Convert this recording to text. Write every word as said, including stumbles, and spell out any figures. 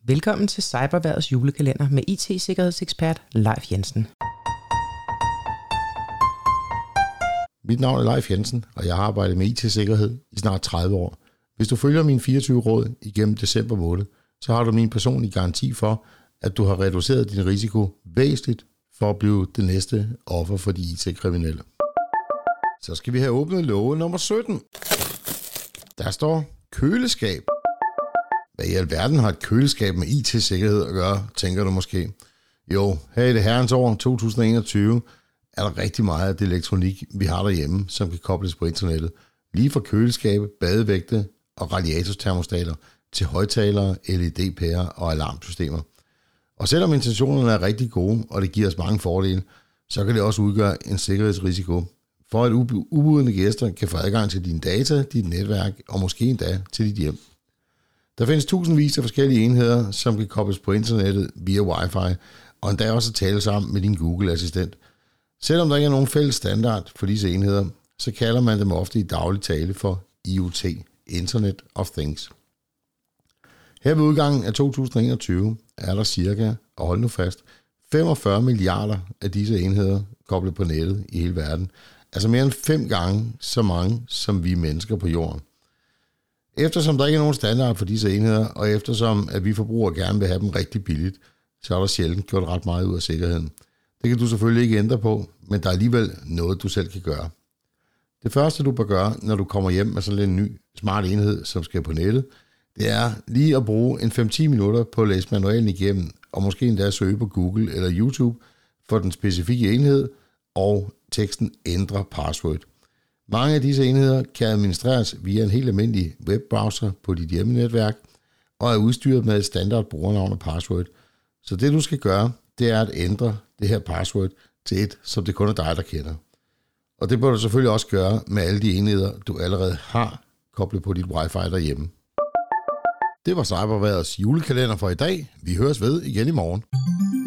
Velkommen til Cyberværdets julekalender med I T-sikkerhedsekspert Leif Jensen. Mit navn er Leif Jensen, og jeg har arbejdet med I T-sikkerhed i snart tredive år. Hvis du følger mine fireogtyve råd igennem december måned, så har du min personlige garanti for, at du har reduceret din risiko væsentligt for at blive det næste offer for de I T-kriminelle. Så skal vi have åbnet låge nummer sytten. Der står køleskab. Hvad i alverden har et køleskab med I T-sikkerhed at gøre, tænker du måske? Jo, her i det herrens år to tusind og enogtyve er der rigtig meget af det elektronik, vi har derhjemme, som kan kobles på internettet. Lige fra køleskabe, badevægte og radiatortermostater til højttalere, L E D-pærer og alarmsystemer. Og selvom intentionerne er rigtig gode, og det giver os mange fordele, så kan det også udgøre en sikkerhedsrisiko, for at ubudne gæster kan få adgang til dine data, dit netværk og måske endda til dit hjem. Der findes tusindvis af forskellige enheder, som kan kobles på internettet via wifi, og endda også tale sammen med din Google-assistent. Selvom der ikke er nogen fælles standard for disse enheder, så kalder man dem ofte i daglig tale for I O T, Internet of Things. Her ved udgangen af to tusind og enogtyve er der cirka, og hold nu fast, femogfyrre milliarder af disse enheder koblet på nettet i hele verden. Altså mere end fem gange så mange, som vi mennesker på jorden. Eftersom der ikke er nogen standard for disse enheder, og eftersom at vi forbrugere gerne vil have dem rigtig billigt, så er der sjældent gjort ret meget ud af sikkerheden. Det kan du selvfølgelig ikke ændre på, men der er alligevel noget, du selv kan gøre. Det første, du bør gøre, når du kommer hjem med sådan en ny smart enhed, som skal på nettet, det er lige at bruge en fem til ti minutter på at læse manualen igennem, og måske endda søge på Google eller YouTube for den specifikke enhed, og teksten ændre password. Mange af disse enheder kan administreres via en helt almindelig webbrowser på dit hjemmenetværk, og er udstyret med et standard brugernavn og password. Så det du skal gøre, det er at ændre det her password til et, som det kun er dig, der kender. Og det bør du selvfølgelig også gøre med alle de enheder, du allerede har koblet på dit wifi derhjemme. Det var Cyberværdets julekalender for i dag. Vi høres ved igen i morgen.